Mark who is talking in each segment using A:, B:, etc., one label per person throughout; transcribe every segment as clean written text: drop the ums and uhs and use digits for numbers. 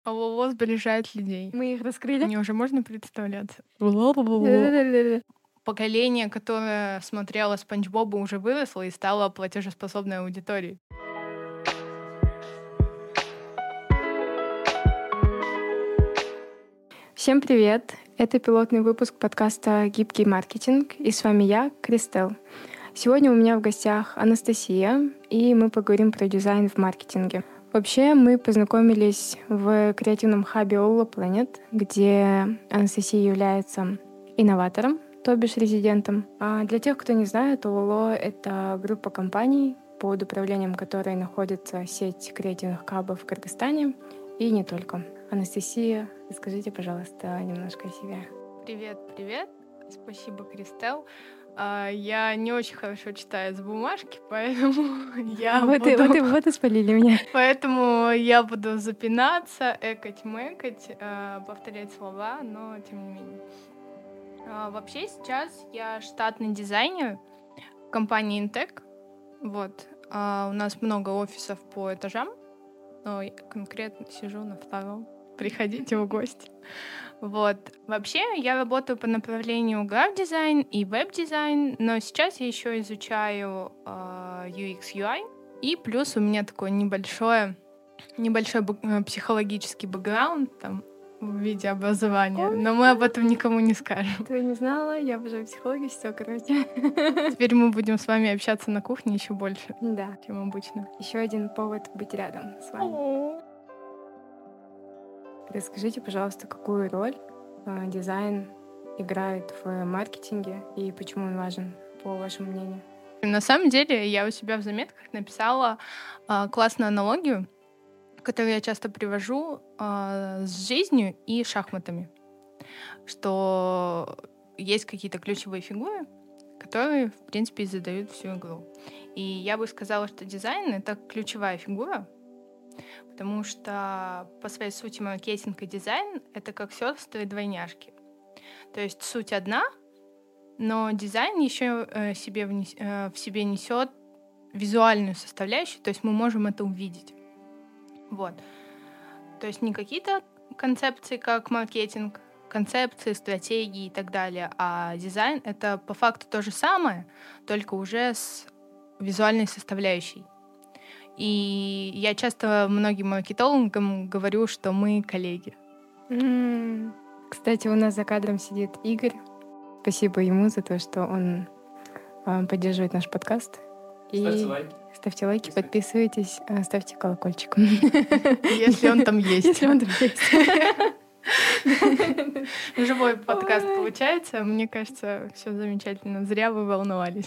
A: Лоло сближает людей.
B: Мы их раскрыли?
A: Мне уже можно представляться?
B: Да-да-да-да-да.
A: Поколение, которое смотрело «Спанч Боба», уже выросло и стало платежеспособной аудиторией.
B: Всем привет! Это пилотный выпуск подкаста «Гибкий маркетинг», и с вами я, Кристел. Сегодня у меня в гостях Анастасия, и мы поговорим про дизайн в маркетинге. Вообще, мы познакомились в креативном хабе All Planet, где Анастасия является инноватором, то бишь резидентом. А для тех, кто не знает, ОЛО — это группа компаний, под управлением которой находится сеть креативных хабов в Кыргызстане и не только. Анастасия, расскажите, пожалуйста, немножко о себе.
A: Привет. Спасибо, Кристел. Я не очень хорошо читаю с бумажки, поэтому
B: Вот и спалили меня.
A: Поэтому я буду запинаться, экать-мэкать, повторять слова, но тем не менее. Вообще сейчас я штатный дизайнер компании Intec. Вот. У нас много офисов по этажам, но я конкретно сижу на втором. Приходите в гости. Вот. Вообще я работаю по направлению граф-дизайн и веб-дизайн, но сейчас я еще изучаю UX, UI. И плюс у меня такой небольшой психологический бэкграунд там в виде образования, но мы об этом никому не скажем.
B: Ты не знала, я уже психология, все, короче.
A: Теперь мы будем с вами общаться на кухне еще больше,
B: Да.
A: чем обычно.
B: Еще один повод быть рядом с вами. Расскажите, пожалуйста, какую роль дизайн играет в маркетинге и почему он важен, по вашему мнению?
A: На самом деле, я у себя в заметках написала классную аналогию, которую я часто привожу с жизнью и шахматами. Что есть какие-то ключевые фигуры, которые, в принципе, и задают всю игру. И я бы сказала, что дизайн — это ключевая фигура, потому что по своей сути маркетинг и дизайн — это как сестры-двойняшки. То есть суть одна, но дизайн еще в себе несет визуальную составляющую, то есть мы можем это увидеть. Вот. То есть не какие-то концепции, как маркетинг, концепции, стратегии и так далее, а дизайн — это по факту то же самое, только уже с визуальной составляющей. И я часто многим маркетологам говорю, что мы коллеги.
B: Кстати, у нас за кадром сидит Игорь. Спасибо ему за то, что он поддерживает наш подкаст. Ставьте лайки, подписывайтесь, ставьте колокольчик.
A: Если он там есть.
B: Если он там есть.
A: Живой подкаст получается. Мне кажется, все замечательно. Зря вы волновались.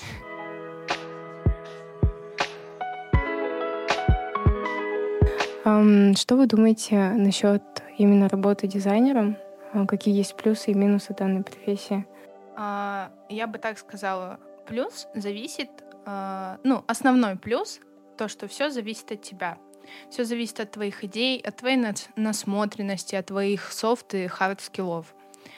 B: Что вы думаете насчет именно работы дизайнером? Какие есть плюсы и минусы данной профессии?
A: Я бы так сказала. Плюс зависит, основной плюс, то, что все зависит от тебя. Все зависит от твоих идей, от твоей насмотренности, от твоих софт и хард-скиллов.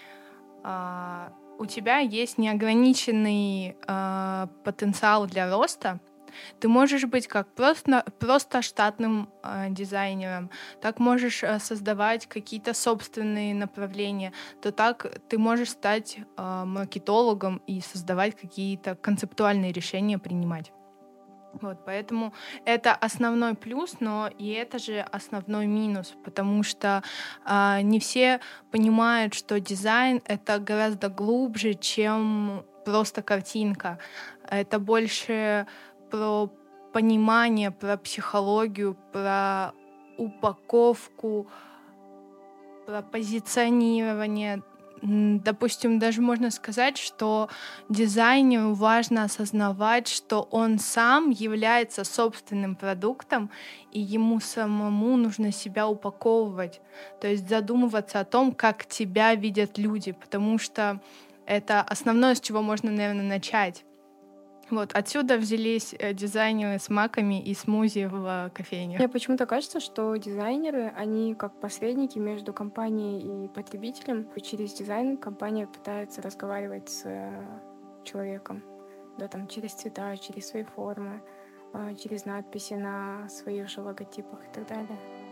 A: У тебя есть неограниченный потенциал для роста. Ты можешь быть как просто штатным дизайнером, так можешь создавать какие-то собственные направления, то так ты можешь стать маркетологом и создавать какие-то концептуальные решения принимать. Вот, поэтому это основной плюс, но и это же основной минус, потому что не все понимают, что дизайн — это гораздо глубже, чем просто картинка. Это больше про понимание, про психологию, про упаковку, про позиционирование. Допустим, даже можно сказать, что дизайнеру важно осознавать, что он сам является собственным продуктом, и ему самому нужно себя упаковывать. То есть задумываться о том, как тебя видят люди, потому что это основное, с чего можно, наверное, начать. Вот отсюда взялись дизайнеры с маками и смузи в кофейне.
B: Мне почему-то кажется, что дизайнеры, они как посредники между компанией и потребителем. Через дизайн компания пытается разговаривать с человеком, да, там, через цвета, через свои формы, через надписи на своих же логотипах и так далее.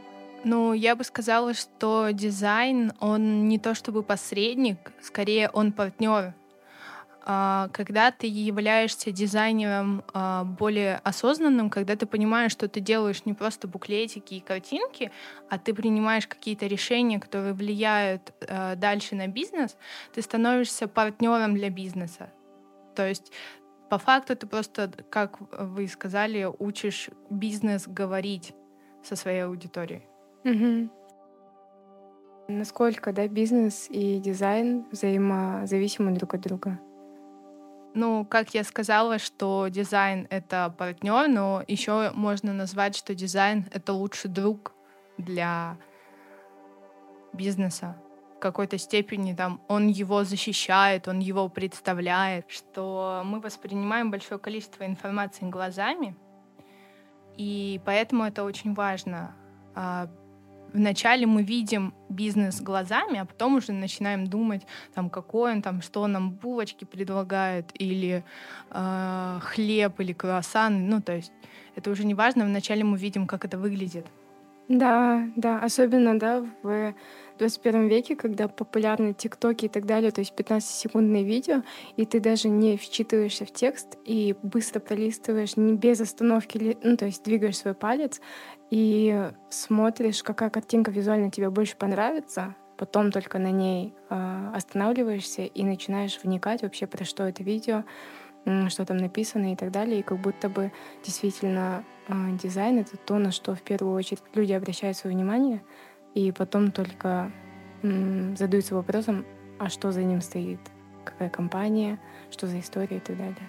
A: Ну, я бы сказала, что дизайн, он не то чтобы посредник, скорее он партнер. Когда ты являешься дизайнером более осознанным, когда ты понимаешь, что ты делаешь не просто буклетики и картинки, а ты принимаешь какие-то решения, которые влияют дальше на бизнес, ты становишься партнером для бизнеса. То есть по факту ты просто, как вы сказали, учишь бизнес говорить со своей аудиторией.
B: Мгм. Насколько, да, бизнес и дизайн взаимозависимы друг от друга?
A: Ну, как я сказала, что дизайн — это партнер, но еще можно назвать, что дизайн — это лучший друг для бизнеса. В какой-то степени там он его защищает, он его представляет, что мы воспринимаем большое количество информации глазами, и поэтому это очень важно. Вначале мы видим бизнес глазами, а потом уже начинаем думать, там, какой он, там, что нам булочки предлагает, или хлеб, или круассан. Ну, то есть это уже не важно. Вначале мы видим, как это выглядит.
B: Да, да, особенно, да, в 21 веке, когда популярны тиктоки и так далее, то есть 15-секундные видео, и ты даже не вчитываешься в текст и быстро пролистываешь, не без остановки, ну, то есть двигаешь свой палец и смотришь, какая картинка визуально тебе больше понравится, потом только на ней останавливаешься и начинаешь вникать вообще, про что это видео, что там написано и так далее. И как будто бы действительно дизайн — это то, на что в первую очередь люди обращают свое внимание, и потом только задаются вопросом, а что за ним стоит, какая компания, что за история и так далее.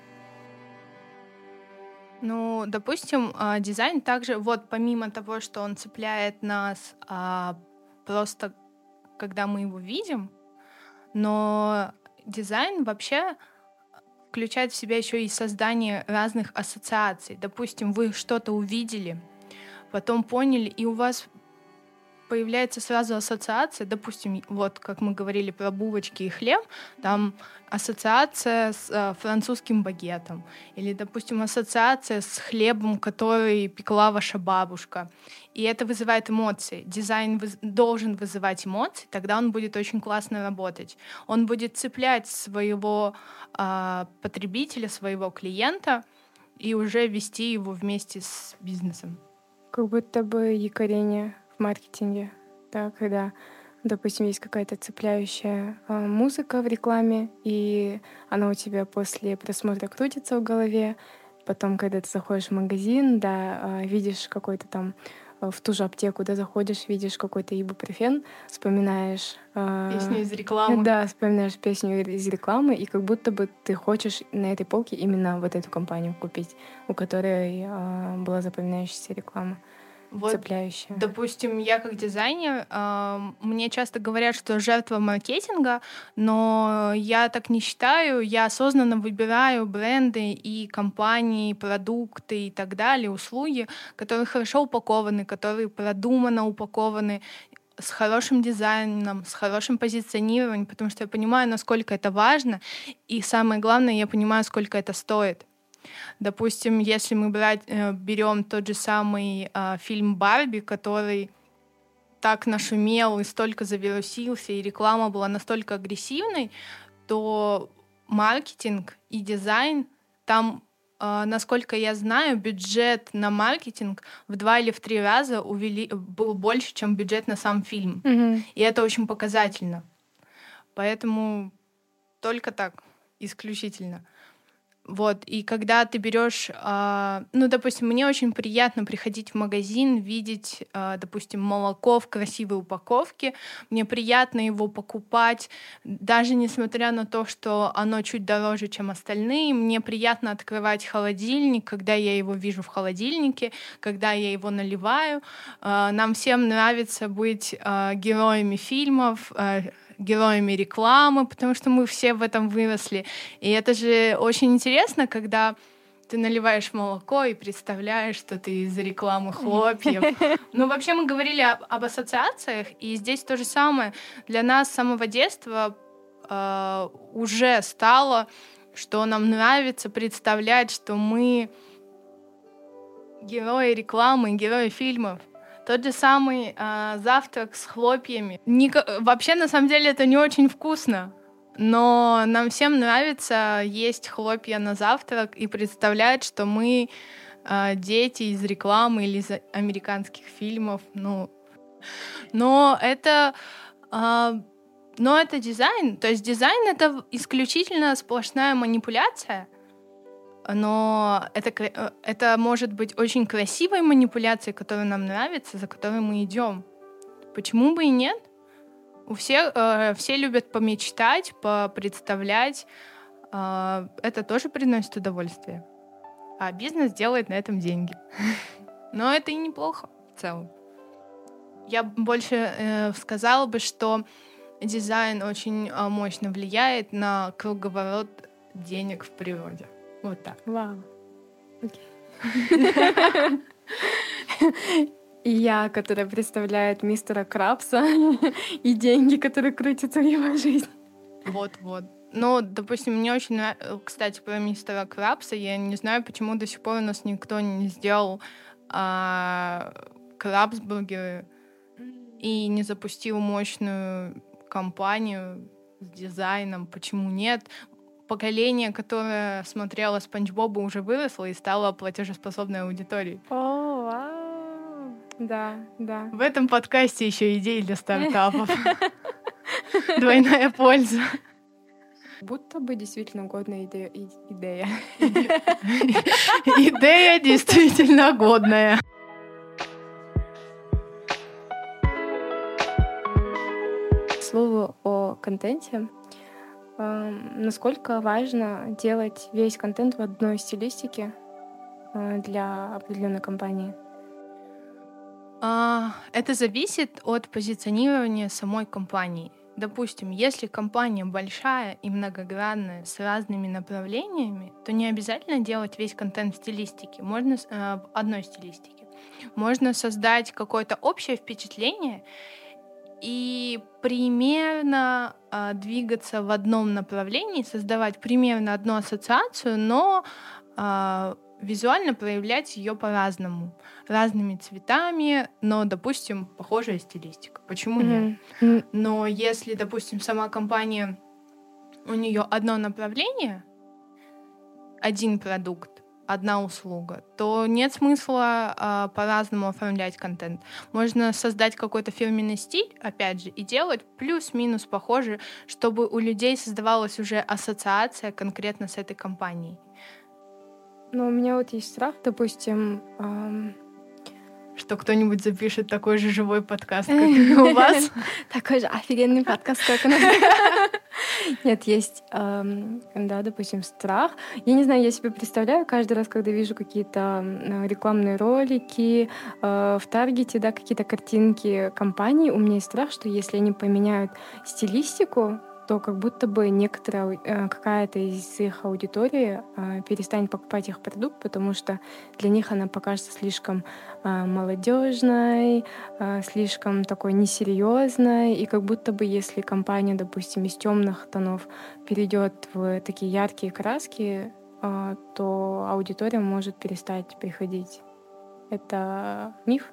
A: Ну, допустим, дизайн также, вот помимо того, что он цепляет нас просто, когда мы его видим, но дизайн вообще включает в себя еще и создание разных ассоциаций. Допустим, вы что-то увидели, потом поняли, и у вас появляется сразу ассоциация, допустим, вот как мы говорили про булочки и хлеб, там ассоциация с французским багетом, или, допустим, ассоциация с хлебом, который пекла ваша бабушка. И это вызывает эмоции. Дизайн должен вызывать эмоции, тогда он будет очень классно работать. Он будет цеплять своего потребителя, своего клиента и уже вести его вместе с бизнесом.
B: Как будто бы якорение в маркетинге, да, когда, допустим, есть какая-то цепляющая музыка в рекламе, и она у тебя после просмотра крутится в голове. Потом, когда ты заходишь в магазин, да, видишь какой-то там в ту же аптеку, да, заходишь, видишь какой-то ибупрофен, вспоминаешь...
A: Песню из рекламы.
B: Да, вспоминаешь песню из рекламы, и как будто бы ты хочешь на этой полке именно вот эту компанию купить, у которой была запоминающаяся реклама.
A: Вот,
B: цепляющая.
A: допустим, я как дизайнер, мне часто говорят, что жертва маркетинга, но я так не считаю. Я осознанно выбираю бренды и компании, продукты и так далее, услуги, которые хорошо упакованы, которые продуманно упакованы, с хорошим дизайном, с хорошим позиционированием, потому что я понимаю, насколько это важно, и самое главное, я понимаю, сколько это стоит. Допустим, если мы берем тот же самый фильм «Барби», который так нашумел и столько завирусился, и реклама была настолько агрессивной, то маркетинг и дизайн там, насколько я знаю, бюджет на маркетинг в 2 или в 3 раза был больше, чем бюджет на сам фильм. И это очень показательно. Поэтому только так, исключительно. Вот, и когда ты берешь, ну, допустим, мне очень приятно приходить в магазин, видеть, допустим, молоко в красивой упаковке, мне приятно его покупать, даже несмотря на то, что оно чуть дороже, чем остальные, мне приятно открывать холодильник, когда я его вижу в холодильнике, когда я его наливаю. Нам всем нравится быть героями фильмов, героями рекламы, потому что мы все в этом выросли. И это же очень интересно, когда ты наливаешь молоко и представляешь, что ты из рекламы хлопьев. Ну, вообще мы говорили об ассоциациях, и здесь то же самое. Для нас с самого детства уже стало, что нам нравится представлять, что мы герои рекламы, герои фильмов. Тот же самый завтрак с хлопьями. Вообще, на самом деле, это не очень вкусно. Но нам всем нравится есть хлопья на завтрак и представлять, что мы дети из рекламы или из американских фильмов. Но это дизайн. То есть дизайн — это исключительно сплошная манипуляция. Но это может быть очень красивой манипуляцией, которая нам нравится, за которой мы идем. Почему бы и нет? Все любят помечтать, попредставлять. Это тоже приносит удовольствие. А бизнес делает на этом деньги. Но это и неплохо в целом. Я больше сказала бы, что дизайн очень мощно влияет на круговорот денег в природе. Вот так.
B: Вау. И я, которая представляет мистера Крабса и деньги, которые крутятся в его жизни.
A: Вот. Ну, допустим, мне очень нравится, кстати, про мистера Крабса. Я не знаю, почему до сих пор у нас никто не сделал крабсбургеры и не запустил мощную кампанию с дизайном. Почему нет? Поколение, которое смотрело Спанч Боба, уже выросло и стало платежеспособной аудиторией.
B: О, вау. Да.
A: В этом подкасте еще идеи для стартапов. Двойная польза.
B: Будто бы действительно годная идея.
A: Идея действительно годная.
B: К слову о контенте. Насколько важно делать весь контент в одной стилистике для определенной компании?
A: Это зависит от позиционирования самой компании. Допустим, если компания большая и многогранная с разными направлениями, то не обязательно делать весь контент в стилистике. Можно в одной стилистике. Можно создать какое-то общее впечатление и примерно двигаться в одном направлении, создавать примерно одну ассоциацию, но визуально проявлять ее по-разному, разными цветами, но, допустим, похожая стилистика. Почему нет? Но если, допустим, сама компания, у нее одно направление, один продукт, одна услуга, то нет смысла по-разному оформлять контент. Можно создать какой-то фирменный стиль, опять же, и делать плюс-минус похоже, чтобы у людей создавалась уже ассоциация конкретно с этой компанией.
B: Но у меня вот есть страх, допустим...
A: Что кто-нибудь запишет такой же живой подкаст, как у вас?
B: Такой же офигенный подкаст, как у нас. Нет, есть, да, допустим, страх. Я не знаю, я себе представляю каждый раз, когда вижу какие-то рекламные ролики в Таргете, да, какие-то картинки компаний, у меня есть страх, что если они поменяют стилистику, то как будто бы какая-то из их аудитории перестанет покупать их продукт, потому что для них она покажется слишком молодежной, слишком такой несерьезной, и как будто бы если компания, допустим, из темных тонов перейдет в такие яркие краски, то аудитория может перестать приходить. Это миф?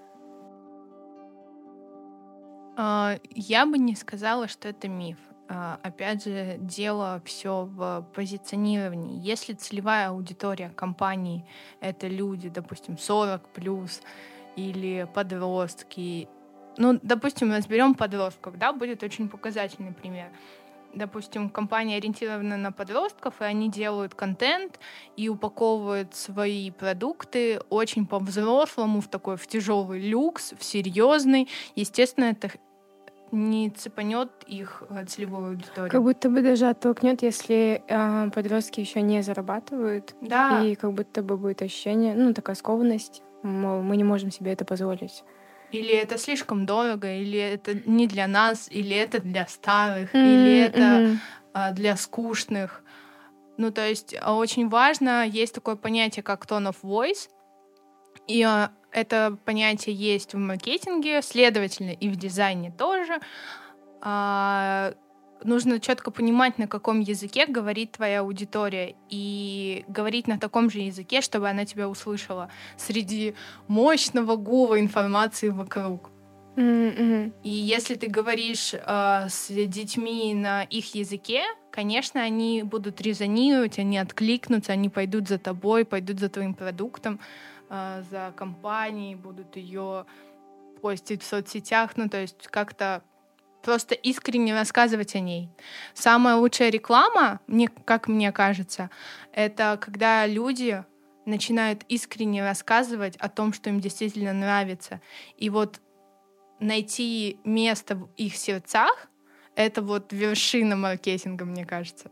A: Я бы не сказала, что это миф. Опять же, дело все в позиционировании. Если целевая аудитория компании — это люди, допустим, 40+, или подростки, допустим, разберем подростков, да, будет очень показательный пример. Допустим, компания ориентирована на подростков, и они делают контент и упаковывают свои продукты очень по-взрослому, в тяжелый люкс, в серьезный. Естественно, это не цепанет их целевую аудиторию.
B: Как будто бы даже оттолкнет, если подростки еще не зарабатывают.
A: Да.
B: И как будто бы будет ощущение, такая скованность, мол, мы не можем себе это позволить.
A: Или это слишком дорого, или это не для нас, или это для старых, или это для скучных. То есть очень важно, есть такое понятие, как tone of voice, и это понятие есть в маркетинге, следовательно, и в дизайне тоже. нужно четко понимать, на каком языке говорит твоя аудитория, и говорить на таком же языке, чтобы она тебя услышала среди мощного гула информации вокруг.
B: Mm-hmm.
A: И если ты говоришь с детьми на их языке, конечно, они будут резонировать, они откликнутся, они пойдут за тобой, пойдут за твоим продуктом, за компанией, будут ее постить в соцсетях, ну то есть как-то просто искренне рассказывать о ней. Самая лучшая реклама, как мне кажется, это когда люди начинают искренне рассказывать о том, что им действительно нравится. И вот найти место в их сердцах — это вот вершина маркетинга, мне кажется.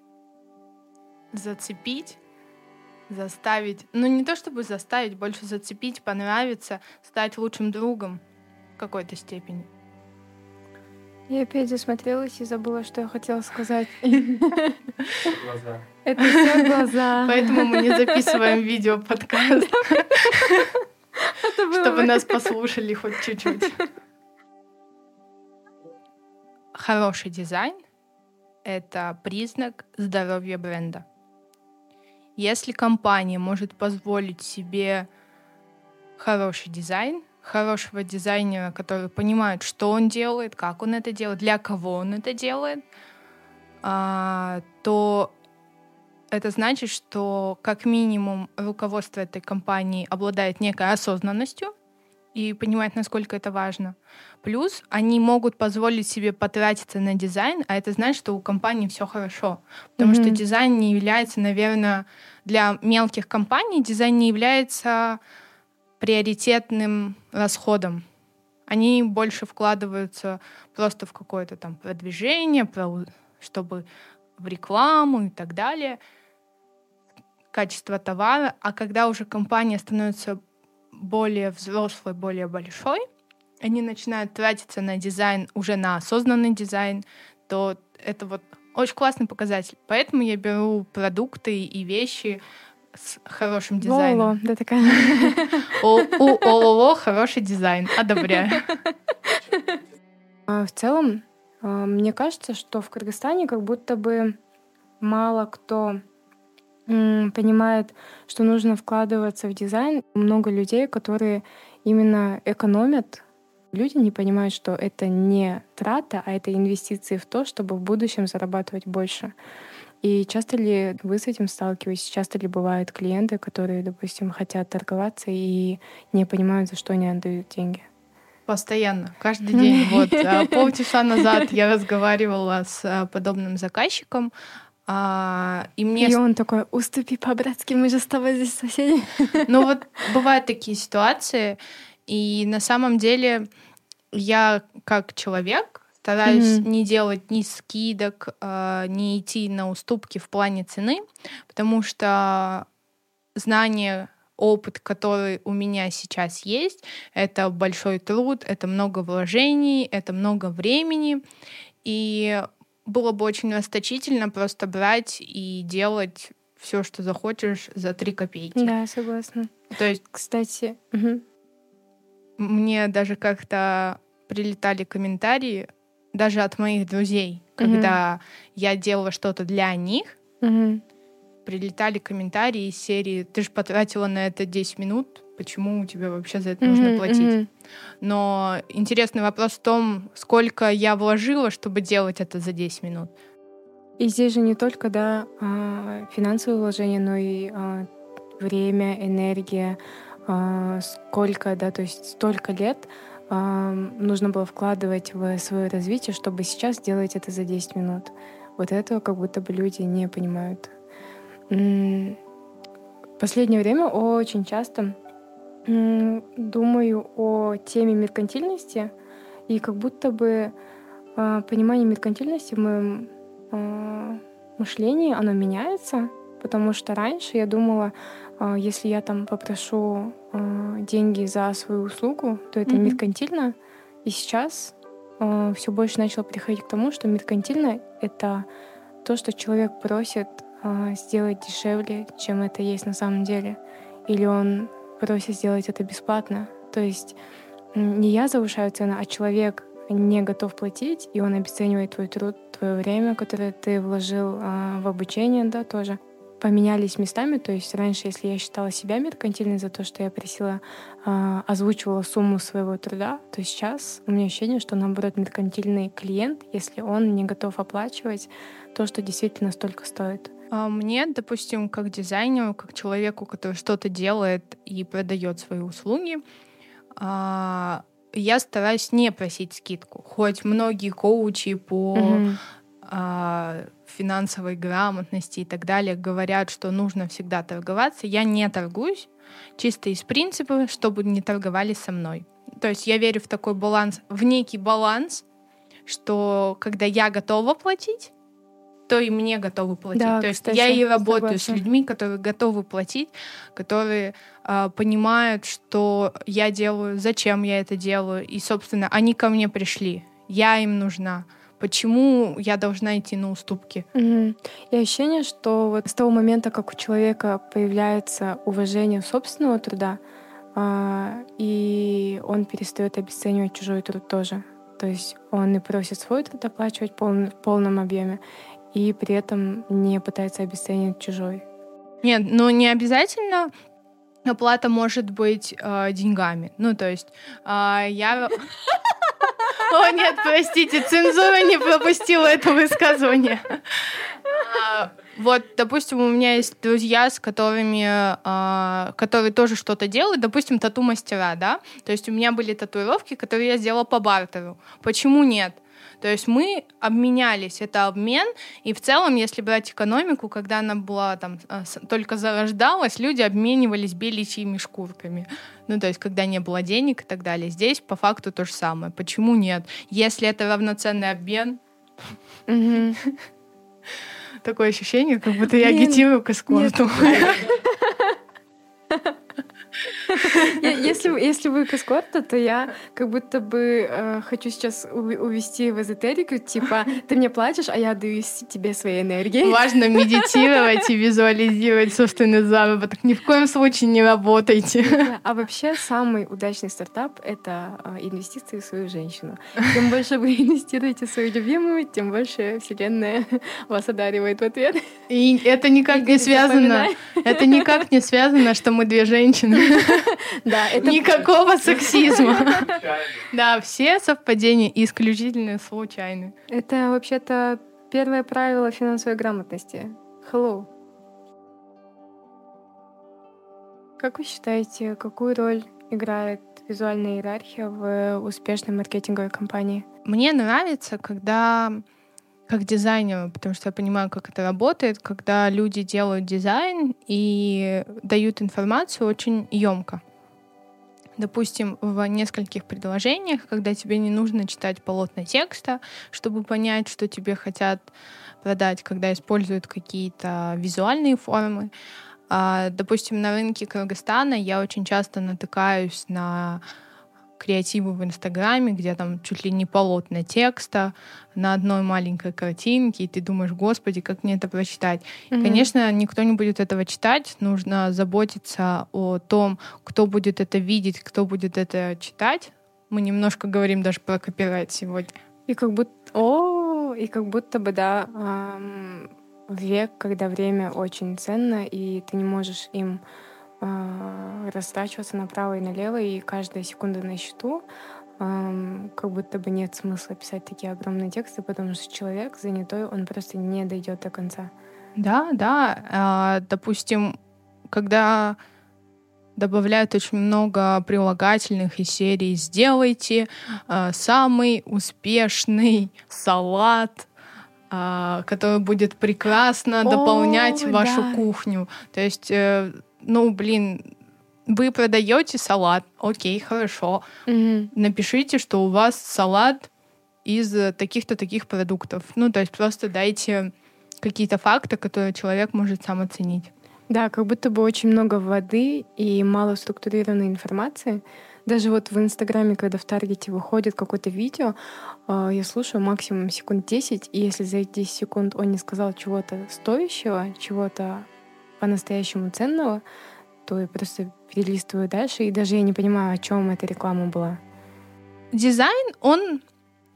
A: Зацепить, заставить, ну не то чтобы заставить, больше зацепить, понравиться, стать лучшим другом в какой-то степени.
B: Я опять засмотрелась и забыла, что я хотела сказать.
C: Глаза.
B: Это все глаза.
A: Поэтому мы не записываем видео-подкаст, чтобы нас послушали хоть чуть-чуть. Хороший дизайн — это признак здоровья бренда. Если компания может позволить себе хороший дизайн, хорошего дизайнера, который понимает, что он делает, как он это делает, для кого он это делает, то это значит, что как минимум руководство этой компании обладает некой осознанностью и понимает, насколько это важно. Плюс они могут позволить себе потратиться на дизайн, а это значит, что у компании все хорошо. Потому что дизайн не является, наверное, для мелких компаний дизайн не является приоритетным расходом. Они больше вкладываются просто в какое-то там продвижение, чтобы в рекламу и так далее, качество товара. А когда уже компания становится более взрослой, более большой, они начинают тратиться на дизайн, уже на осознанный дизайн, то это вот очень классный показатель. Поэтому я беру продукты и вещи с хорошим дизайном.
B: Лоло, да такая.
A: У ОЛО хороший дизайн. Одобряю.
B: В целом, мне кажется, что в Кыргызстане как будто бы мало кто понимает, что нужно вкладываться в дизайн. Много людей, которые именно экономят. Люди не понимают, что это не трата, а это инвестиции в то, чтобы в будущем зарабатывать больше. И часто ли вы с этим сталкиваетесь? Часто ли бывают клиенты, которые, допустим, хотят торговаться и не понимают, за что они отдают деньги?
A: Постоянно, каждый день. Вот полчаса назад я разговаривала с подобным заказчиком,
B: и он такой: уступи по-братски, мы же с тобой здесь соседи.
A: Ну вот бывают такие ситуации, и на самом деле я как человек стараюсь не делать ни скидок, не идти на уступки в плане цены, потому что знание, опыт, который у меня сейчас есть, это большой труд, это много вложений, это много времени, и было бы очень расточительно просто брать и делать все, что захочешь, за 3 копейки.
B: Да, согласна.
A: То есть,
B: кстати,
A: мне даже как-то прилетали комментарии, даже от моих друзей, когда я делала что-то для них, прилетали комментарии из серии: «Ты же потратила на это 10 минут, почему тебе вообще за это нужно платить?» Но интересный вопрос в том, сколько я вложила, чтобы делать это за 10 минут.
B: И здесь же не только, финансовые вложения, но и время, энергия, сколько, то есть столько лет нужно было вкладывать в свое развитие, чтобы сейчас сделать это за 10 минут. Вот этого как будто бы люди не понимают. В последнее время очень часто думаю о теме меркантильности, и как будто бы понимание меркантильности в моем мышлении, оно меняется, потому что раньше я думала, если я там попрошу деньги за свою услугу, то это меркантильно, и сейчас все больше начало приходить к тому, что меркантильно — это то, что человек просит сделать дешевле, чем это есть на самом деле, или он просит сделать это бесплатно. То есть не я завышаю цену, а человек не готов платить, и он обесценивает твой труд, твое время, которое ты вложил в обучение, да, тоже. Поменялись местами, то есть раньше, если я считала себя меркантильной за то, что я просила, озвучивала сумму своего труда, то сейчас у меня ощущение, что наоборот меркантильный клиент, если он не готов оплачивать то, что действительно столько стоит.
A: Мне, допустим, как дизайнеру, как человеку, который что-то делает и продает свои услуги, я стараюсь не просить скидку. Хоть многие коучи по финансовой грамотности и так далее говорят, что нужно всегда торговаться, я не торгуюсь чисто из принципа, чтобы не торговали со мной. То есть я верю в такой баланс, в некий баланс, что когда я готова платить, то и мне готовы платить.
B: Да,
A: то есть
B: кстати,
A: я и работаю
B: согласна.
A: с людьми, которые готовы платить, которые понимают, что я делаю, зачем я это делаю, и, собственно, они ко мне пришли, я им нужна. Почему я должна идти на уступки?
B: И ощущение, что вот с того момента, как у человека появляется уважение собственного труда, и он перестает обесценивать чужой труд тоже. То есть он и просит свой труд оплачивать в полном объеме, и при этом не пытается обесценивать чужой.
A: Нет, но не обязательно оплата может быть деньгами. Ну, то есть я... О, нет, простите, цензура не пропустила это высказывание. Вот, допустим, у меня есть друзья, с которыми, которые тоже что-то делают, допустим, тату-мастера, да? То есть у меня были татуировки, которые я сделала по бартеру. Почему нет? То есть мы обменялись, это обмен, и в целом, если брать экономику, когда она была там только зарождалась, люди обменивались беличьими шкурками. Ну, то есть, когда не было денег и так далее. Здесь по факту то же самое. Почему нет? Если это равноценный обмен, такое ощущение, как будто я агитирую к эскорту.
B: Если вы к эскорту, то я как будто бы хочу сейчас увести в эзотерику, типа ты мне платишь, а я даю тебе своей энергией.
A: Важно медитировать и визуализировать собственный заработок. Ни в коем случае не работайте.
B: А вообще самый удачный стартап — это инвестиции в свою женщину. Чем больше вы инвестируете в свою любимую, тем больше Вселенная вас одаривает в ответ.
A: И это никак не связано. Это никак не связано, что мы две женщины.
B: Да, это...
A: Никакого сексизма. Да, все совпадения исключительно случайны.
B: Это вообще-то первое правило финансовой грамотности. Hello. Как вы считаете, какую роль играет визуальная иерархия в успешной маркетинговой кампании?
A: Мне нравится, когда как дизайнеру, потому что я понимаю, как это работает, когда люди делают дизайн и дают информацию очень емко. Допустим, в нескольких предложениях, когда тебе не нужно читать полотна текста, чтобы понять, что тебе хотят продать, когда используют какие-то визуальные формы. Допустим, на рынке Кыргызстана я очень часто натыкаюсь на креативы в Инстаграме, где там чуть ли не полотна текста на одной маленькой картинке, и ты думаешь, господи, как мне это прочитать? Конечно, никто не будет этого читать, нужно заботиться о том, кто будет это видеть, кто будет это читать. Мы немножко говорим даже про копирайт сегодня.
B: И как будто бы, да, век, когда время очень ценно, и ты не можешь им растрачиваться направо и налево, и каждая секунда на счету, как будто бы нет смысла писать такие огромные тексты, потому что человек занятой, он просто не дойдет до конца. Да.
A: Допустим, когда добавляют очень много прилагательных из серии «Сделайте самый успешный салат», который будет прекрасно дополнять вашу кухню. То есть вы продаете салат, окей, хорошо. Напишите, что у вас салат из таких-то таких продуктов. Ну, то есть просто дайте какие-то факты, которые человек может сам оценить.
B: Да, как будто бы очень много воды и мало структурированной информации. Даже вот в Инстаграме, когда в Таргете выходит какое-то видео, я слушаю максимум секунд 10, и если за эти 10 секунд он не сказал чего-то стоящего, чего-то по-настоящему ценного, то я просто перелистываю дальше, и даже я не понимаю, о чем эта реклама была.
A: Дизайн, он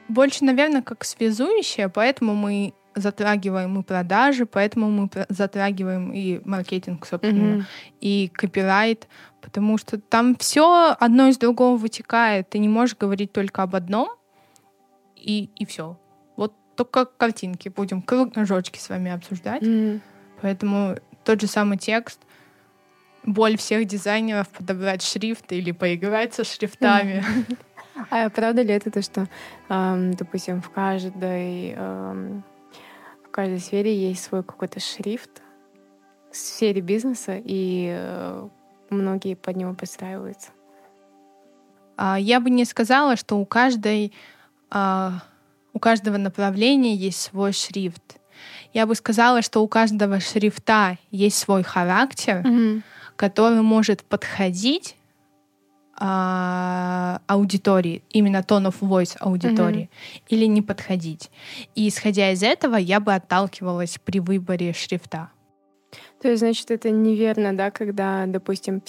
A: больше, наверное, как связующее, поэтому мы затрагиваем и продажи, поэтому мы затрагиваем и маркетинг, собственно, и копирайт, потому что там все одно из другого вытекает. Ты не можешь говорить только об одном, и все. Вот только картинки будем кружочки с вами обсуждать. Поэтому тот же самый текст, боль всех дизайнеров подобрать шрифт или поиграть со шрифтами.
B: А правда ли это то, что, допустим, в каждой сфере есть свой какой-то шрифт в сфере бизнеса, и многие под него подстраиваются?
A: Я бы не сказала, что у каждого направления есть свой шрифт. Я бы сказала, что у каждого шрифта есть свой характер, который может подходить аудитории, именно tone of voice аудитории, или не подходить. И исходя из этого, я бы отталкивалась при выборе шрифта.
B: То есть, значит, это неверно, да, когда, допустим,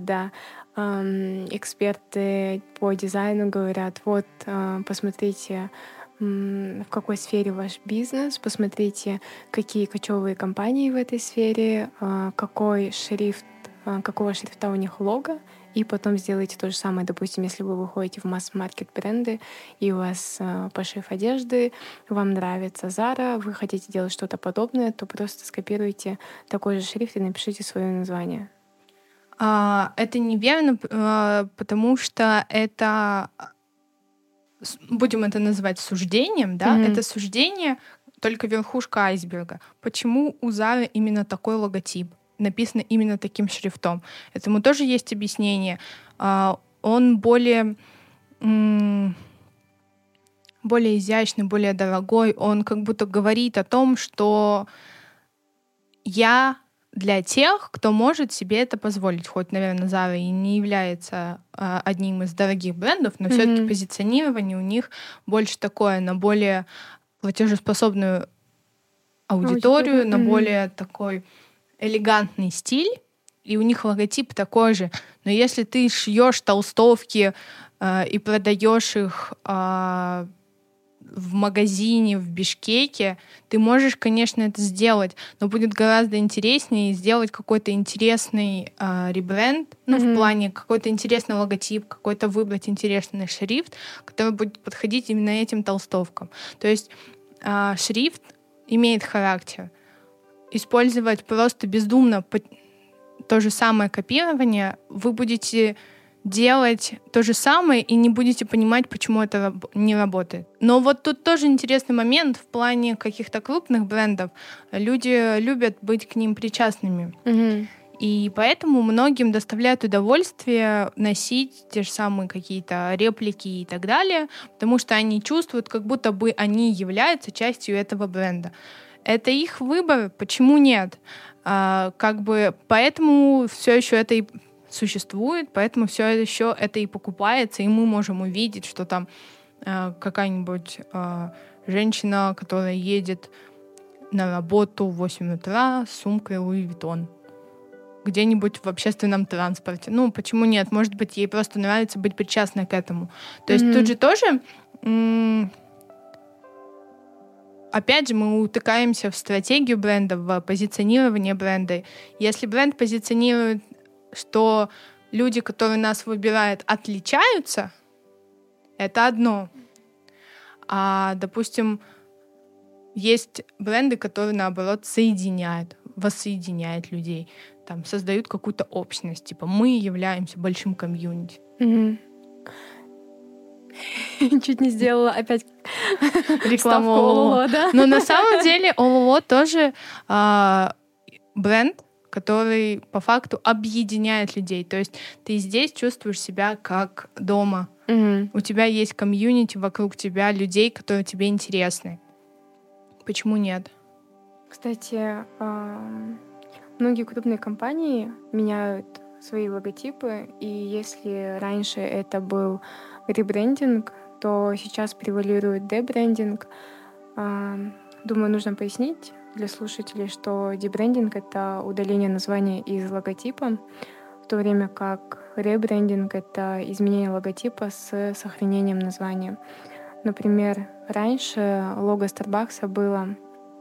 B: эксперты по дизайну говорят: вот, посмотрите, в какой сфере ваш бизнес, посмотрите, какие кочевые компании в этой сфере, какого шрифта у них лого, и потом сделайте то же самое. Допустим, если вы выходите в масс-маркет бренды, и у вас пошив одежды, вам нравится Zara, вы хотите делать что-то подобное, то просто скопируйте такой же шрифт и напишите свое название.
A: Это неверно, потому что это, будем это называть суждением, да, это суждение только верхушка айсберга. Почему у Zara именно такой логотип? Написано именно таким шрифтом. Этому тоже есть объяснение. Он более изящный, более дорогой. Он как будто говорит о том, что я для тех, кто может себе это позволить. Хоть, наверное, Zara и не является одним из дорогих брендов, но все-таки позиционирование у них больше такое, на более платежеспособную аудиторию, на более такой элегантный стиль, и у них логотип такой же. Но если ты шьешь толстовки и продаешь их в магазине в Бишкеке, ты можешь, конечно, это сделать, но будет гораздо интереснее сделать какой-то интересный ребренд, в плане какой-то интересный логотип, какой-то выбрать интересный шрифт, который будет подходить именно этим толстовкам. То есть шрифт имеет характер. Использовать просто бездумно то же самое копирование, вы будете делать то же самое и не будете понимать, почему это не работает. Но вот тут тоже интересный момент в плане каких-то крупных брендов. Люди любят быть к ним причастными. И поэтому многим доставляет удовольствие носить те же самые какие-то реплики и так далее, потому что они чувствуют, как будто бы они являются частью этого бренда. Это их выбор, почему нет? Поэтому все еще это и существует, поэтому все еще это и покупается, и мы можем увидеть, что там какая-нибудь женщина, которая едет на работу в 8 утра с сумкой Louis Vuitton где-нибудь в общественном транспорте. Почему нет? Может быть, ей просто нравится быть причастной к этому. То есть тут же тоже... Опять же, мы утыкаемся в стратегию бренда, в позиционирование бренда. Если бренд позиционирует, что люди, которые нас выбирают, отличаются, это одно. А, допустим, есть бренды, которые, наоборот, воссоединяют людей, там, создают какую-то общность. Типа, мы являемся большим комьюнити.
B: Чуть не сделала опять
A: рекламу ОЛО.
B: Да?
A: Но на самом деле ОЛО тоже бренд, который по факту объединяет людей. То есть ты здесь чувствуешь себя как дома. У тебя есть комьюнити вокруг тебя, людей, которые тебе интересны. Почему нет?
B: Кстати, многие крупные компании меняют свои логотипы, и если раньше это был ребрендинг, то сейчас превалирует дебрендинг. Думаю, нужно пояснить для слушателей, что дебрендинг — это удаление названия из логотипа, в то время как ребрендинг — это изменение логотипа с сохранением названия. Например, раньше лого Starbucks было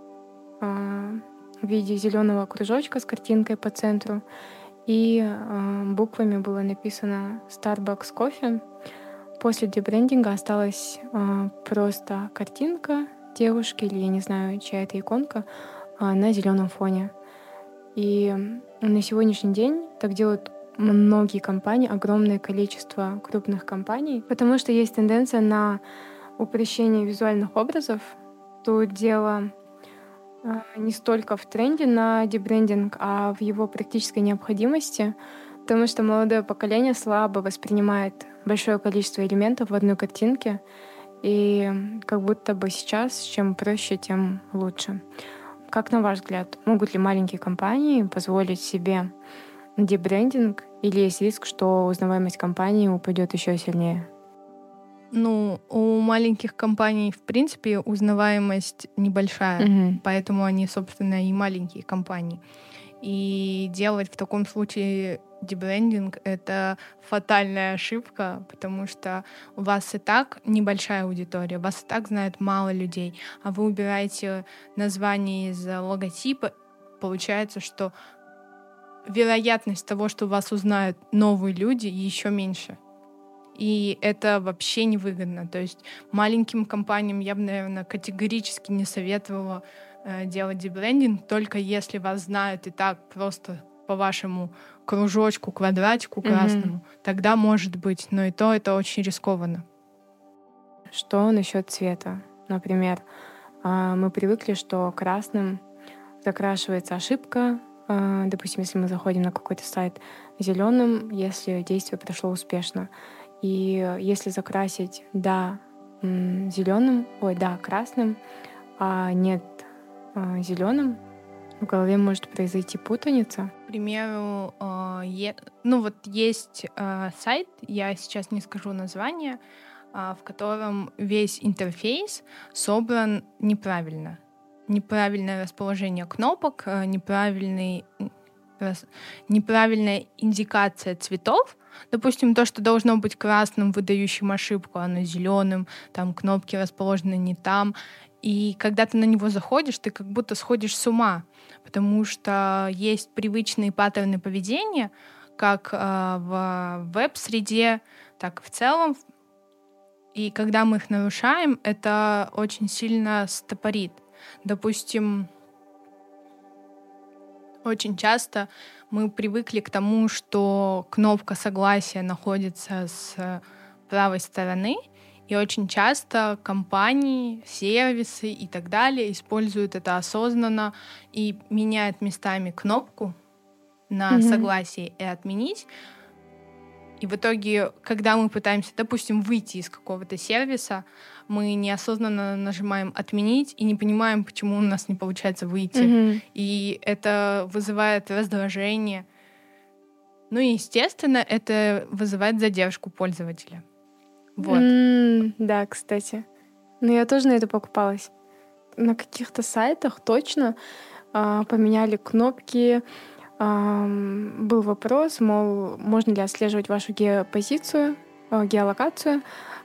B: в виде зеленого кружочка с картинкой по центру, и буквами было написано Starbucks кофе. После дебрендинга осталась просто картинка девушки, или я не знаю, чья это иконка, на зеленом фоне. И на сегодняшний день так делают многие компании, огромное количество крупных компаний, потому что есть тенденция на упрощение визуальных образов. Тут дело не столько в тренде на дебрендинг, а в его практической необходимости, потому что молодое поколение слабо воспринимает большое количество элементов в одной картинке, и как будто бы сейчас чем проще, тем лучше. Как на ваш взгляд, могут ли маленькие компании позволить себе дебрендинг, или есть риск, что узнаваемость компании упадет еще сильнее?
A: Ну, у маленьких компаний, в принципе, узнаваемость небольшая, поэтому они, собственно, и маленькие компании. И делать в таком случае дебрендинг — это фатальная ошибка, потому что у вас и так небольшая аудитория, вас и так знает мало людей, а вы убираете название из логотипа, получается, что вероятность того, что вас узнают новые люди, еще меньше. И это вообще невыгодно. То есть маленьким компаниям я бы, наверное, категорически не советовала делать дебрендинг, только если вас знают и так просто по вашему кружочку, квадратику красному, тогда может быть. Но и то это очень рискованно.
B: Что насчет цвета? Например, мы привыкли, что красным закрашивается ошибка. Допустим, если мы заходим на какой-то сайт, зеленым, если действие прошло успешно. И если закрасить красным, а нет зеленым, в голове может произойти путаница.
A: К примеру, есть сайт, я сейчас не скажу название, в котором весь интерфейс собран неправильно. Неправильное расположение кнопок, неправильная индикация цветов. Допустим, то, что должно быть красным, выдающим ошибку, оно зеленым, там кнопки расположены не там. И когда ты на него заходишь, ты как будто сходишь с ума, потому что есть привычные паттерны поведения, как в веб-среде, так и в целом. И когда мы их нарушаем, это очень сильно стопорит. Допустим, очень часто мы привыкли к тому, что кнопка согласия находится с правой стороны, и очень часто компании, сервисы и так далее используют это осознанно и меняют местами кнопку на согласие и отменить. И в итоге, когда мы пытаемся, допустим, выйти из какого-то сервиса, мы неосознанно нажимаем «отменить» и не понимаем, почему у нас не получается выйти. И это вызывает раздражение. Ну и, естественно, это вызывает задержку пользователя. Вот.
B: Да, кстати. Но я тоже на это покупалась. На каких-то сайтах точно поменяли кнопки. Был вопрос, мол, можно ли отслеживать вашу геопозицию, геолокацию.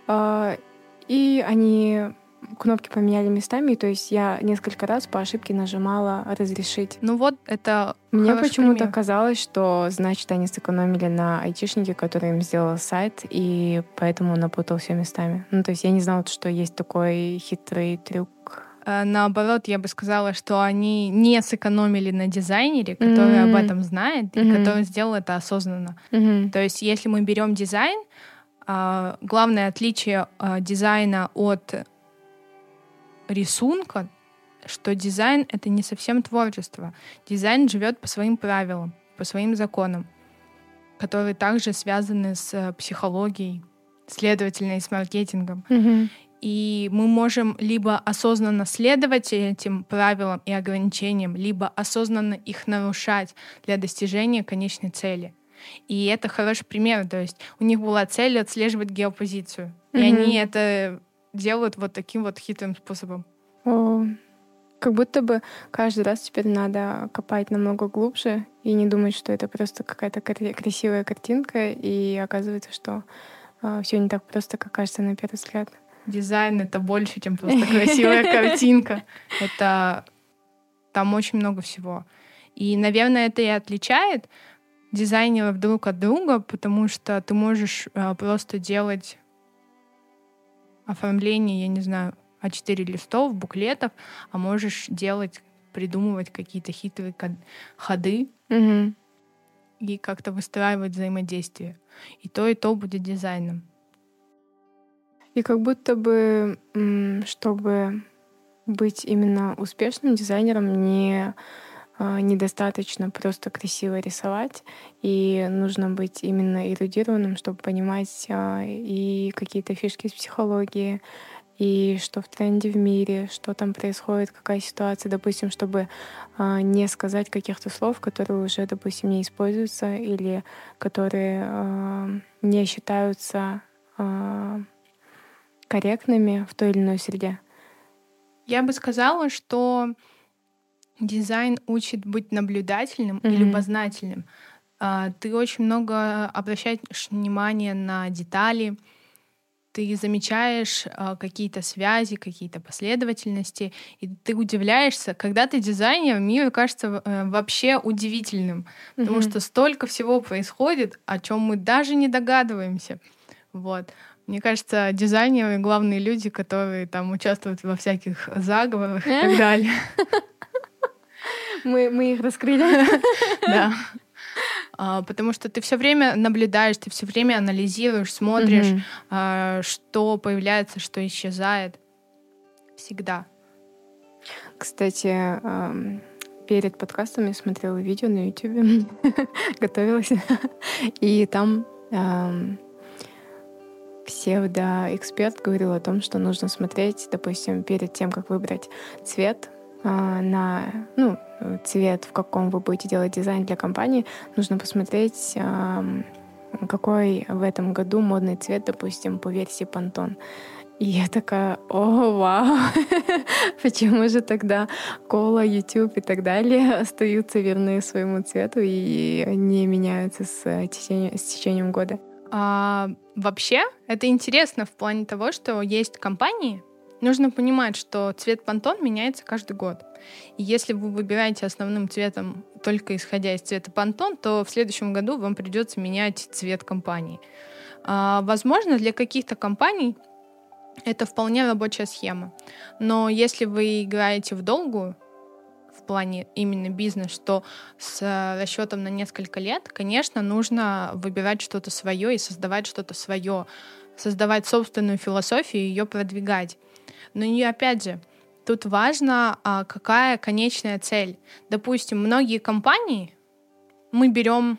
B: И они кнопки поменяли местами, то есть я несколько раз по ошибке нажимала «разрешить».
A: Ну вот, это
B: Мне почему-то казалось, что, значит, они сэкономили на айтишнике, который им сделал сайт, и поэтому напутал все местами. Ну, то есть я не знала, что есть такой хитрый трюк.
A: Наоборот, я бы сказала, что они не сэкономили на дизайнере, который об этом знает и который сделал это осознанно. То есть если мы берем дизайн, главное отличие дизайна от рисунка, что дизайн — это не совсем творчество. Дизайн живет по своим правилам, по своим законам, которые также связаны с психологией, следовательно, и с маркетингом. И мы можем либо осознанно следовать этим правилам и ограничениям, либо осознанно их нарушать для достижения конечной цели. И это хороший пример. То есть у них была цель отслеживать геопозицию. И они это делают вот таким вот хитрым способом.
B: Как будто бы каждый раз теперь надо копать намного глубже и не думать, что это просто какая-то красивая картинка, и оказывается, что все не так просто, как кажется на первый взгляд.
A: Дизайн — это больше, чем просто красивая картинка. Это там очень много всего. И, наверное, это и отличает дизайнеров друг от друга, потому что ты можешь просто делать оформление, я не знаю, А4 листов, буклетов, а можешь придумывать какие-то хитрые ходы и как-то выстраивать взаимодействие. И то будет дизайном.
B: И как будто бы, чтобы быть именно успешным дизайнером, недостаточно просто красиво рисовать, и нужно быть именно эрудированным, чтобы понимать и какие-то фишки из психологии, и что в тренде в мире, что там происходит, какая ситуация, допустим, чтобы не сказать каких-то слов, которые уже, допустим, не используются или которые не считаются корректными в той или иной среде.
A: Я бы сказала, что дизайн учит быть наблюдательным и любознательным. Ты очень много обращаешь внимание на детали, ты замечаешь какие-то связи, какие-то последовательности, и ты удивляешься. Когда ты дизайнер, мир кажется вообще удивительным, потому что столько всего происходит, о чем мы даже не догадываемся. Вот. Мне кажется, дизайнеры — главные люди, которые там участвуют во всяких заговорах и так далее.
B: Мы их раскрыли.
A: Да. Потому что ты все время наблюдаешь, ты все время анализируешь, смотришь, что появляется, что исчезает. Всегда.
B: Кстати, перед подкастом я смотрела видео на YouTube, готовилась, и там псевдоэксперт говорил о том, что нужно смотреть, допустим, перед тем, как выбрать цвет, цвет, в каком вы будете делать дизайн для компании, нужно посмотреть, какой в этом году модный цвет, допустим, по версии Pantone. И я такая: о, вау, почему же тогда Кола, YouTube и так далее остаются верны своему цвету и не меняются с течением года?
A: Вообще, это интересно в плане того, что есть компании. Нужно понимать, что цвет Pantone меняется каждый год. И если вы выбираете основным цветом только исходя из цвета Pantone, то в следующем году вам придется менять цвет компании. Возможно, для каких-то компаний это вполне рабочая схема. Но если вы играете в долгую, в плане именно бизнес, то с расчетом на несколько лет, конечно, нужно выбирать что-то свое и создавать что-то свое, создавать собственную философию и ее продвигать. Но и опять же, тут важно, какая конечная цель. Допустим, многие компании, мы берем,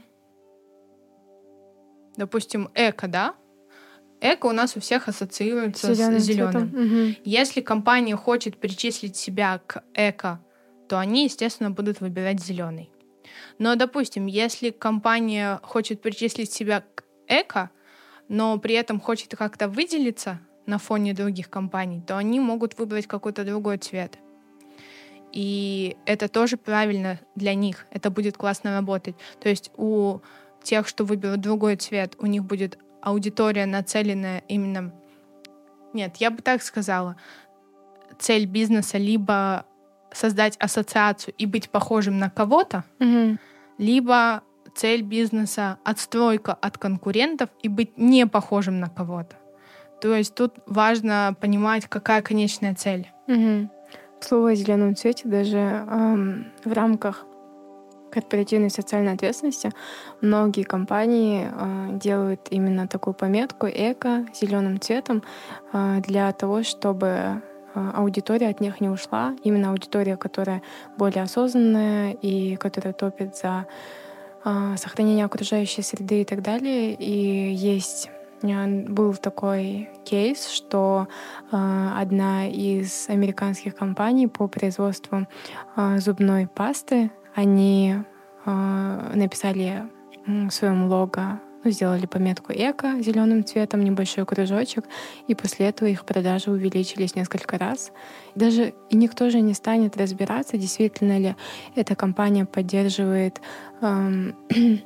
A: допустим, эко, да? Эко у нас у всех ассоциируется с зеленым. Если компания хочет причислить себя к эко, то они, естественно, будут выбирать зеленый. Но, допустим, если компания хочет причислить себя к эко, но при этом хочет как-то выделиться на фоне других компаний, то они могут выбрать какой-то другой цвет. И это тоже правильно для них. Это будет классно работать. То есть у тех, что выберут другой цвет, у них будет аудитория, нацеленная именно... Нет, я бы так сказала. Цель бизнеса либо создать ассоциацию и быть похожим на кого-то, либо цель бизнеса — отстройка от конкурентов и быть не похожим на кого-то. То есть тут важно понимать, какая конечная цель.
B: Слово о зеленом цвете даже в рамках корпоративной социальной ответственности многие компании делают именно такую пометку эко зеленым цветом для того, чтобы аудитория от них не ушла. Именно аудитория, которая более осознанная и которая топит за сохранение окружающей среды и так далее. И был такой кейс, что одна из американских компаний по производству зубной пасты, они написали в своем лого, сделали пометку эко зеленым цветом, небольшой кружочек, и после этого их продажи увеличились несколько раз. Даже и никто же не станет разбираться, действительно ли эта компания поддерживает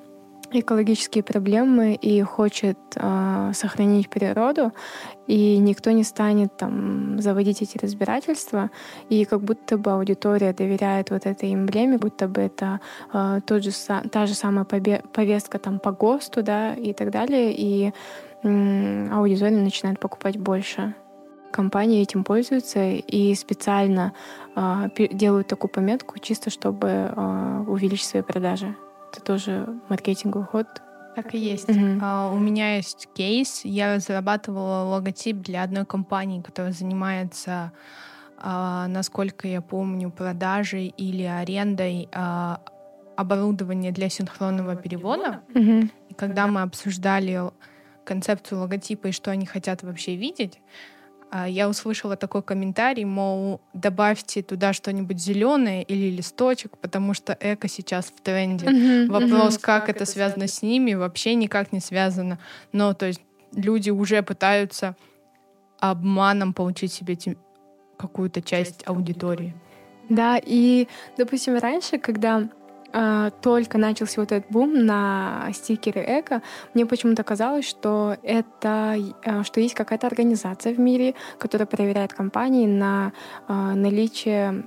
B: экологические проблемы и хочет сохранить природу, и никто не станет там заводить эти разбирательства, и как будто бы аудитория доверяет вот этой эмблеме, будто бы это та же самая повестка там по ГОСТу, да, и так далее, и аудитория начинает покупать больше. Компании этим пользуются и специально делают такую пометку, чисто чтобы увеличить свои продажи. Это тоже маркетинговый ход.
A: Так и есть.
B: Мгм.
A: У меня есть кейс. Я разрабатывала логотип для одной компании, которая занимается, насколько я помню, продажей или арендой оборудования для синхронного перевода.
B: Мгм.
A: И когда мы обсуждали концепцию логотипа и что они хотят вообще видеть, я услышала такой комментарий, мол, добавьте туда что-нибудь зеленое или листочек, потому что эко сейчас в тренде.
B: Мгм.
A: Вопрос,
B: Мгм.
A: как это связано с ними, вообще никак не связано. Но то есть люди уже пытаются обманом получить себе какую-то часть аудитории.
B: Да, и, допустим, раньше, когда только начался вот этот бум на стикеры эко, мне почему-то казалось, что что есть какая-то организация в мире, которая проверяет компании на наличие,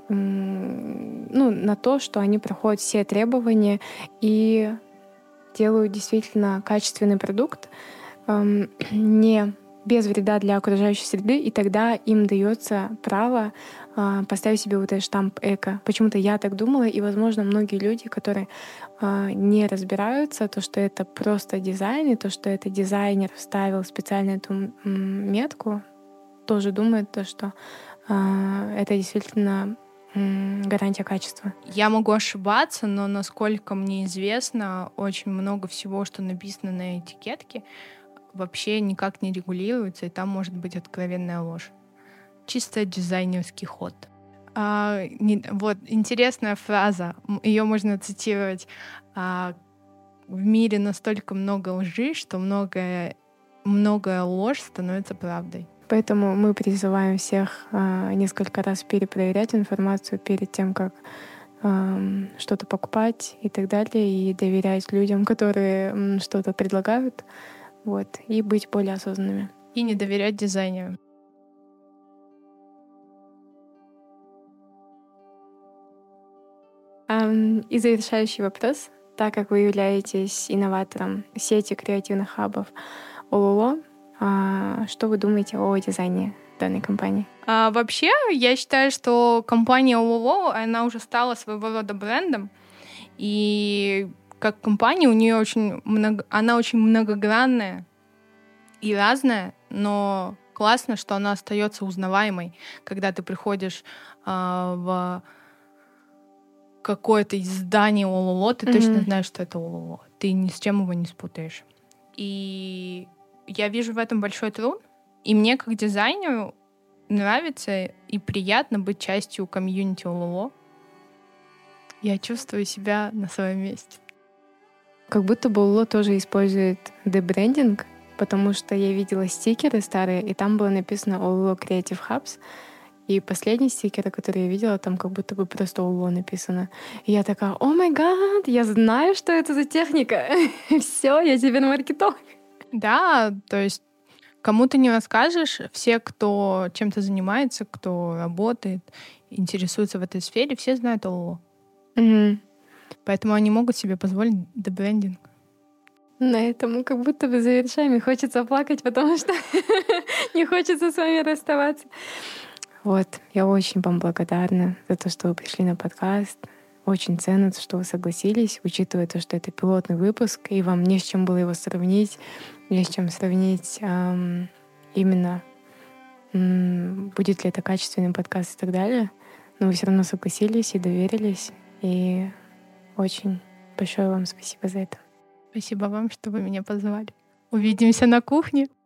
B: на то, что они проходят все требования и делают действительно качественный продукт, не без вреда для окружающей среды, и тогда им дается право поставить себе вот этот штамп эко. Почему-то я так думала, и, возможно, многие люди, которые не разбираются, то, что это просто дизайн, и то, что это дизайнер вставил специально эту метку, тоже думают, то, что это действительно гарантия качества.
A: Я могу ошибаться, но насколько мне известно, очень много всего, что написано на этикетке, вообще никак не регулируется, и там может быть откровенная ложь. Чисто дизайнерский ход. Вот интересная фраза, ее можно цитировать. В мире настолько много лжи, что многое ложь становится правдой.
B: Поэтому мы призываем всех несколько раз перепроверять информацию перед тем, как что-то покупать и так далее, и доверять людям, которые что-то предлагают, вот, и быть более осознанными.
A: И не доверять дизайнерам.
B: И завершающий вопрос. Так как вы являетесь инноватором сети креативных хабов ОЛО, что вы думаете о дизайне данной компании?
A: Вообще, я считаю, что компания ОЛО, она уже стала своего рода брендом. И как компания у нее она очень многогранная и разная, но классно, что она остается узнаваемой, когда ты приходишь в какое-то издание ОЛО, ты точно знаешь, что это ОЛО. Ты ни с чем его не спутаешь. И я вижу в этом большой труд. И мне, как дизайнеру, нравится и приятно быть частью комьюнити ОЛО. Я чувствую себя на своем месте.
B: Как будто бы ОЛО тоже использует дебрендинг, потому что я видела стикеры старые, и там было написано ОЛО Creative Hubs. И последний стикер, который я видела, там как будто бы просто ОЛО написано. И я такая: о май гад, я знаю, что это за техника. Все, я теперь маркетолог.
A: Да, то есть кому ты не расскажешь, все, кто чем-то занимается, кто работает, интересуется в этой сфере, все знают ОЛО.
B: Угу.
A: Поэтому они могут себе позволить дебрендинг.
B: На этом мы как будто бы завершаем. И хочется плакать, потому что не хочется с вами расставаться. Вот, я очень вам благодарна за то, что вы пришли на подкаст. Очень ценно, что вы согласились, учитывая то, что это пилотный выпуск, и вам не с чем было его сравнить, не с чем сравнить именно, будет ли это качественный подкаст и так далее. Но вы все равно согласились и доверились. И очень большое вам спасибо за это.
A: Спасибо вам, что вы меня позвали. Увидимся на кухне.